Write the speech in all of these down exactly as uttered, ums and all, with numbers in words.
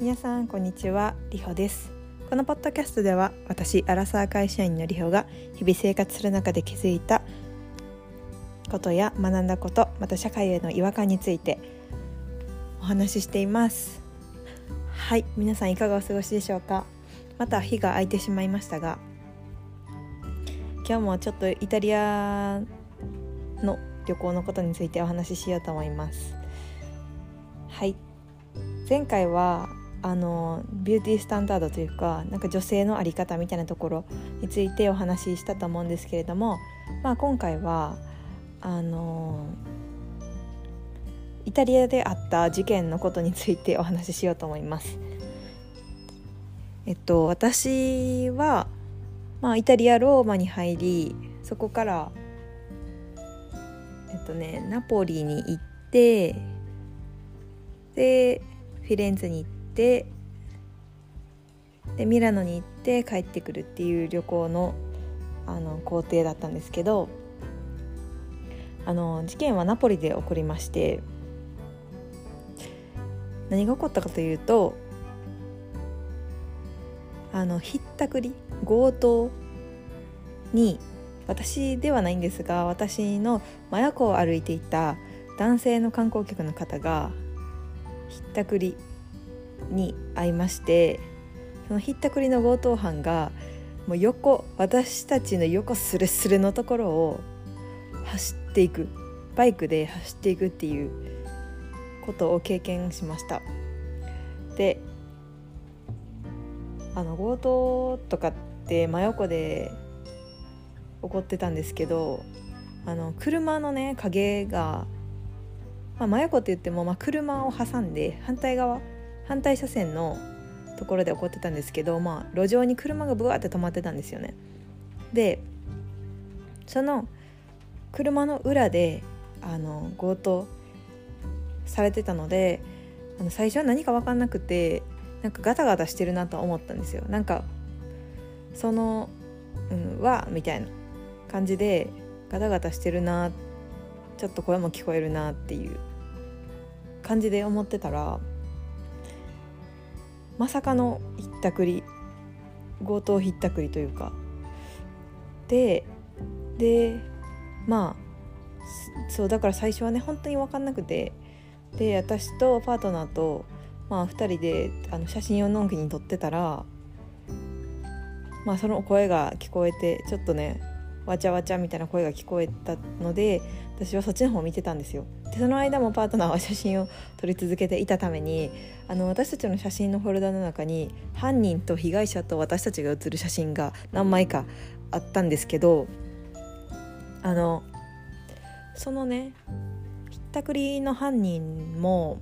皆さんこんにちは、りほです。このポッドキャストでは私アラサー会社員のりほが日々生活する中で気づいたことや学んだこと、また社会への違和感についてお話ししています。はい、皆さんいかがお過ごしでしょうか。また日が空いてしまいましたが、今日もちょっとイタリアの旅行のことについてお話ししようと思います。はい、前回はあのビューティースタンダードというか、なんか女性のあり方みたいなところについてお話ししたと思うんですけれども、まあ、今回はあのイタリアであった事件のことについてお話ししようと思います。えっと私は、まあ、イタリアローマに入り、そこからえっとねナポリに行って、でフィレンツェに行って、でミラノに行って帰ってくるっていう旅行のあの行程だったんですけど、あの事件はナポリで起こりまして、何が起こったかというと、あのひったくり強盗に、私ではないんですが、私の真横を歩いていた男性の観光客の方がひったくりに遭いまして、そのひったくりの強盗犯がもう横私たちの横スレスレのところを走っていく、バイクで走っていくっていうことを経験しました。で、あの強盗とかって真横で起こってたんですけど、あの車のね影が、まあ、真横って言っても、まあ、車を挟んで反対側反対車線のところで起こってたんですけど、まあ、路上に車がブワーって止まってたんですよね。でその車の裏であの強盗されてたので、あの最初は何か分かんなくて、なんかガタガタしてるなと思ったんですよ。なんかその、うん、わみたいな感じでガタガタしてるな、ちょっと声も聞こえるなっていう感じで思ってたら、まさかのひったくり、強盗ひったくりというかででまあそうだから最初はね本当に分かんなくて、で私とパートナーと、まあ、ふたりであの写真をのんきに撮ってたら、まあ、その声が聞こえて、ちょっとねわちゃわちゃみたいな声が聞こえたので、私はそっちの方を見てたんですよ。でその間もパートナーは写真を撮り続けていたために、あの私たちの写真のフォルダの中に犯人と被害者と私たちが写る写真が何枚かあったんですけど、あのそのねひったくりの犯人も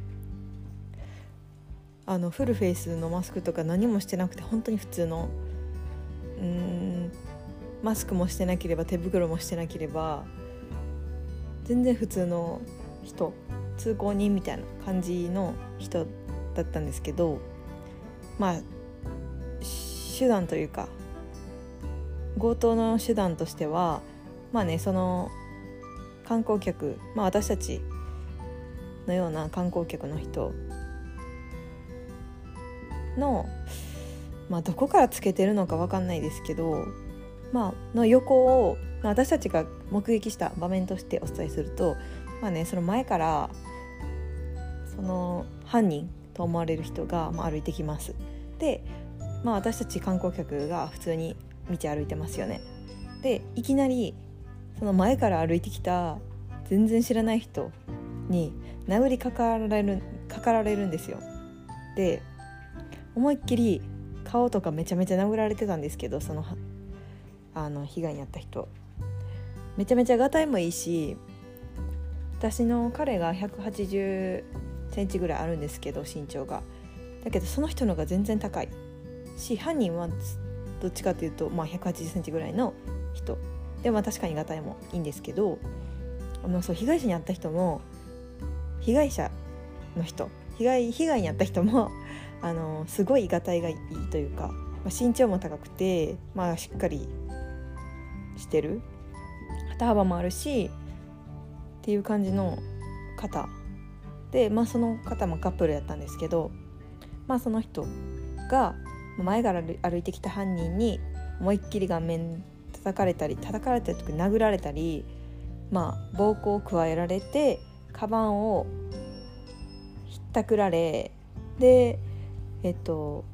あのフルフェイスのマスクとか何もしてなくて、本当に普通のうーんマスクもしてなければ手袋もしてなければ全然普通の人、通行人みたいな感じの人だったんですけど、まあ手段というか強盗の手段としては、まあねその観光客、まあ私たちのような観光客の人の、まあどこからつけてるのか分かんないですけど、まあの横を、まあ、私たちが目撃した場面としてお伝えすると、まあねその前からその犯人と思われる人が、まあ、歩いてきます。で、まあ私たち観光客が普通に道歩いてますよね。でいきなりその前から歩いてきた全然知らない人に殴りかかられるかかられるんですよ。で思いっきり顔とかめちゃめちゃ殴られてたんですけど、そのあの被害に遭った人めちゃめちゃがたいもいいし、私の彼がひゃくはちじゅっセンチぐらいあるんですけど、身長がだけどその人のが全然高いし、犯人はどっちかというと、まあ、ひゃくはちじゅっセンチぐらいの人で、まあ確かにがたいもいいんですけど、あのそう被害者に遭った人も被害者の人被害被害に遭った人もあのすごいがたいがいいというか、まあ、身長も高くて、まあ、しっかりしてる、肩幅もあるしっていう感じの方で、まあ、その方もカップルやったんですけど、 まあその人が前から歩いてきた犯人に思いっきり顔面叩かれたり叩かれたりとか殴られたり、まあ暴行を加えられてカバンをひったくられ、でえっと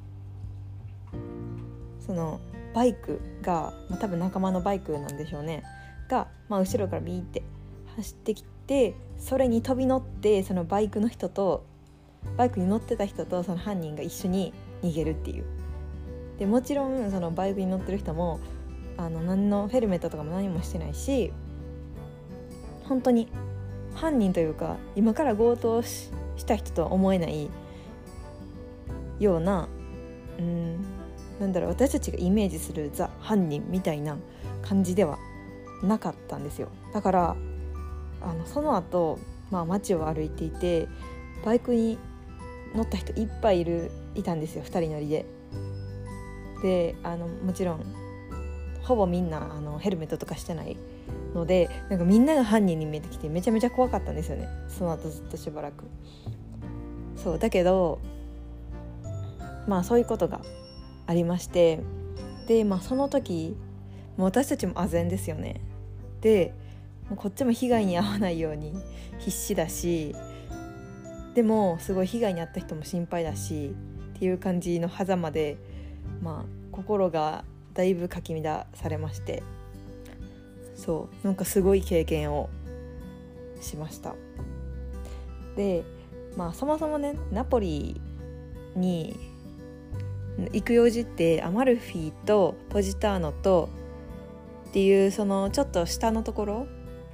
そのバイクが、まあ、多分仲間のバイクなんでしょうねが、まあ、後ろからビーって走ってきて、それに飛び乗ってそのバイクの人とバイクに乗ってた人とその犯人が一緒に逃げるっていう。でもちろんそのバイクに乗ってる人もあの何のヘルメットとかも何もしてないし、本当に犯人というか今から強盗 し, した人とは思えないような、うーんなんだろう、私たちがイメージするザ犯人みたいな感じではなかったんですよ。だからあのその後、まあ、街を歩いていてバイクに乗った人いっぱいいるいたんですよ、ふたり乗りで。であのもちろんほぼみんなあのヘルメットとかしてないので、なんかみんなが犯人に見えてきてめちゃめちゃ怖かったんですよね、その後ずっとしばらく。そうだけどまあそういうことがありまして、で、まあ、その時もう私たちも唖然ですよね。でもうこっちも被害に遭わないように必死だし、でもすごい被害に遭った人も心配だしっていう感じの狭間で、まあ、心がだいぶかき乱されまして、そうなんかすごい経験をしました。で、まあ、そもそもねナポリに行く用事ってアマルフィとポジターノとっていうそのちょっと下のところ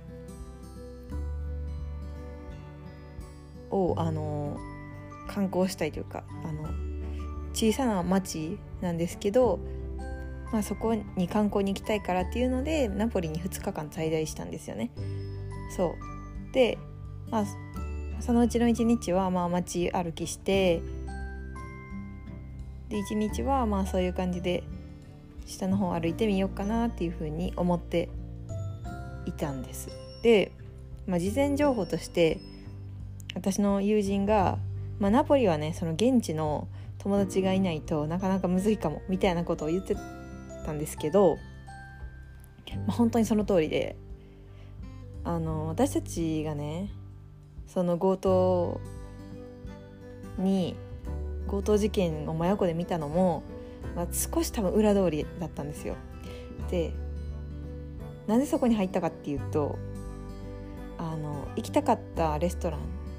をあの観光したいというか、あの小さな町なんですけど、まあ、そこに観光に行きたいからっていうのでナポリにふつかかん滞在したんですよね。そうで、まあ、そのうちのいちにちはまあ街歩きして、でいちにちはまあそういう感じで下の方を歩いてみようかなっていうふうに思っていたんです。で、まあ、事前情報として私の友人が、まあ、ナポリはねその現地の友達がいないとなかなかむずいかもみたいなことを言ってたんですけど、まあ、本当にその通りで、あの私たちがねその強盗に強盗事件を真横で見たのも、まあ、少し多分裏通りだったんですよ。でなんでそこに入ったかっていうと、あの行きたかったレストラン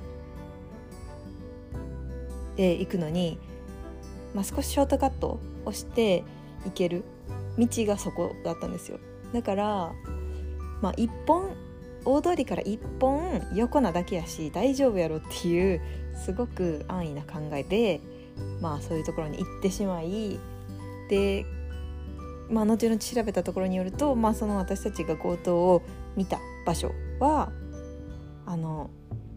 で行くのに、まあ、少しショートカットをして行ける道がそこだったんですよ。だから、まあ、一本大通りから一本横なだけやし大丈夫やろっていうすごく安易な考えで、まあ、そういうところに行ってしまい、で、まあ、後々調べたところによると、まあ、その私たちが強盗を見た場所はあの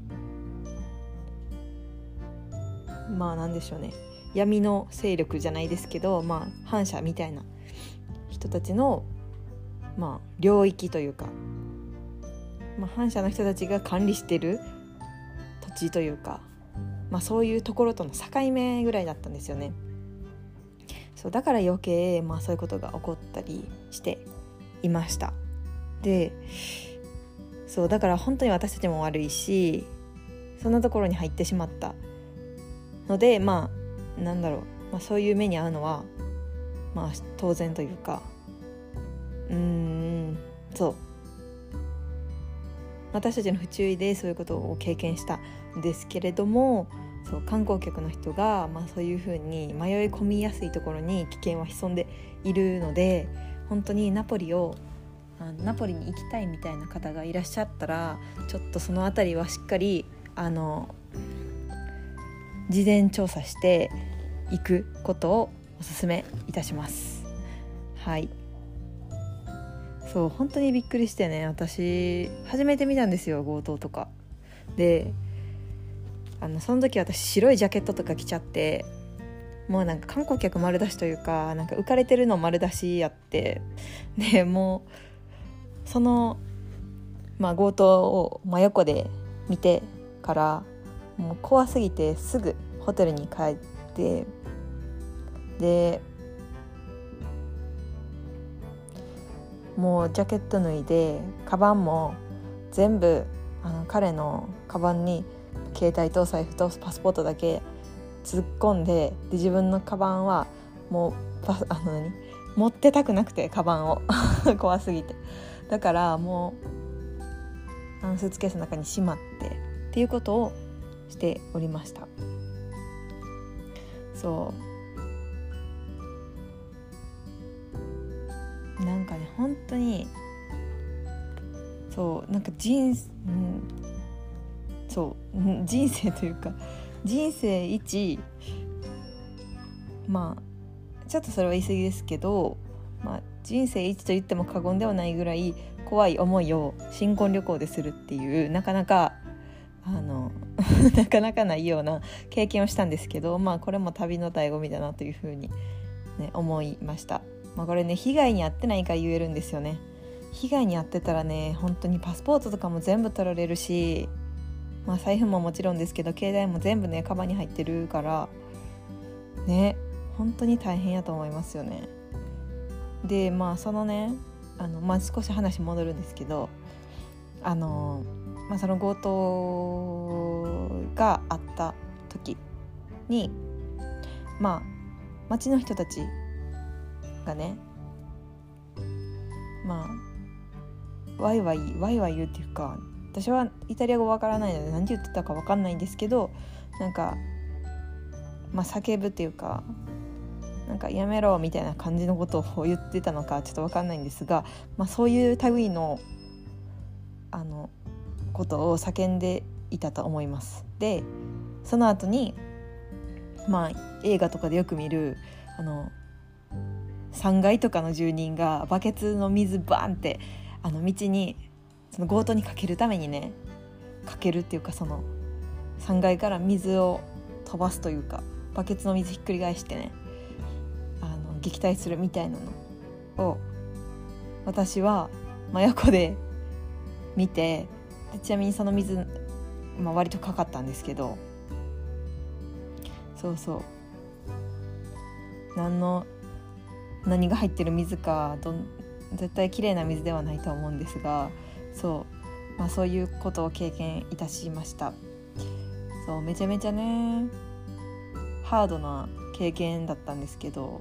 まあなんでしょうね、闇の勢力じゃないですけど、まあ、反社みたいな人たちの、まあ、領域というか、まあ、反社の人たちが管理してる土地というか、まあ、そういうところとの境目ぐらいだったんですよね。そうだから余計、まあ、そういうことが起こったりしていました。で、そうだから本当に私たちも悪いし、そんなところに入ってしまったので、まあなんだろう、まあ、そういう目に遭うのはまあ当然というか、うーんそう私たちの不注意でそういうことを経験したんですけれども、そう観光客の人が、まあ、そういうふうに迷い込みやすいところに危険は潜んでいるので、本当にナポリをあのナポリに行きたいみたいな方がいらっしゃったら、ちょっとそのあたりはしっかりあの事前調査していくことをお勧めいたします。はい、そう本当にびっくりしてね、私初めて見たんですよ、強盗とかで。あのその時私白いジャケットとか着ちゃって、もうなんか観光客丸出しというか、なんか浮かれてるの丸出しやって、でもうその、まあ、強盗を真横で見てからもう怖すぎてすぐホテルに帰って、でもうジャケット脱いでカバンも全部あの彼のカバンに携帯と財布とパスポートだけ突っ込んで、で自分のカバンはもうパあの何持ってたくなくて、カバンを怖すぎて、だからもうあのスーツケースの中にしまってっていうことをしておりました。そうなんかね本当にそうなんか人、うん、そう人生というか人生一まあちょっとそれは言い過ぎですけど、まあ、人生一と言っても過言ではないぐらい怖い思いを新婚旅行でするっていうなかなかあのなかなかないような経験をしたんですけど、まあこれも旅の醍醐味だなというふうに、ね、思いました。まあ、これね被害に遭ってないから言えるんですよね。被害に遭ってたらね本当にパスポートとかも全部取られるし、まあ、財布ももちろんですけど携帯も全部ねカバンに入ってるからね本当に大変やと思いますよね。でまあそのねあの、まあ、少し話戻るんですけどあの、まあ、その強盗があった時にまあ町の人たちがねまあワイワイワイワイ言うっていうか、私はイタリア語わからないので何て言ってたかわかんないんですけど、なんかまあ叫ぶっていうかなんかやめろみたいな感じのことを言ってたのかちょっと分かんないんですが、まあ、そういう類のあのことを叫んでいたと思います。でその後にまあ映画とかでよく見るあのさんがいとかの住人がバケツの水バーンってあの道にその強盗にかけるためにねかけるっていうかそのさんがいから水を飛ばすというかバケツの水ひっくり返してね撃退するみたいなのを私は真横で見て、でちなみにその水、まあ、割とかかったんですけど、そうそう何の何が入ってる水かどん絶対きれいな水ではないと思うんですが、そう、まあ、そういうことを経験いたしました。そうめちゃめちゃねハードな経験だったんですけど、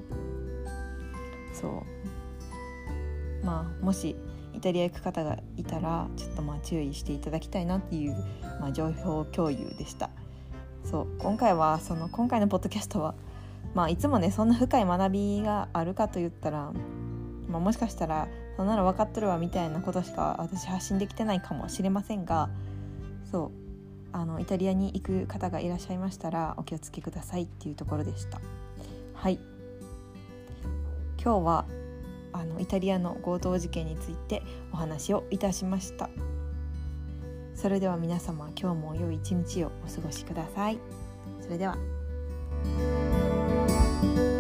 そうまあもしイタリア行く方がいたらちょっとまあ注意していただきたいなっていう、まあ、情報共有でした。そう今回はその今回のポッドキャストは、まあ、いつもねそんな深い学びがあるかと言ったら、まあ、もしかしたらそんなの分かっとるわみたいなことしか私発信できてないかもしれませんが、そうあのイタリアに行く方がいらっしゃいましたらお気をつけくださいっていうところでした。はい、今日はあのイタリアの強盗事件についてお話をいたしました。それでは皆様今日も良い一日をお過ごしください。それでは。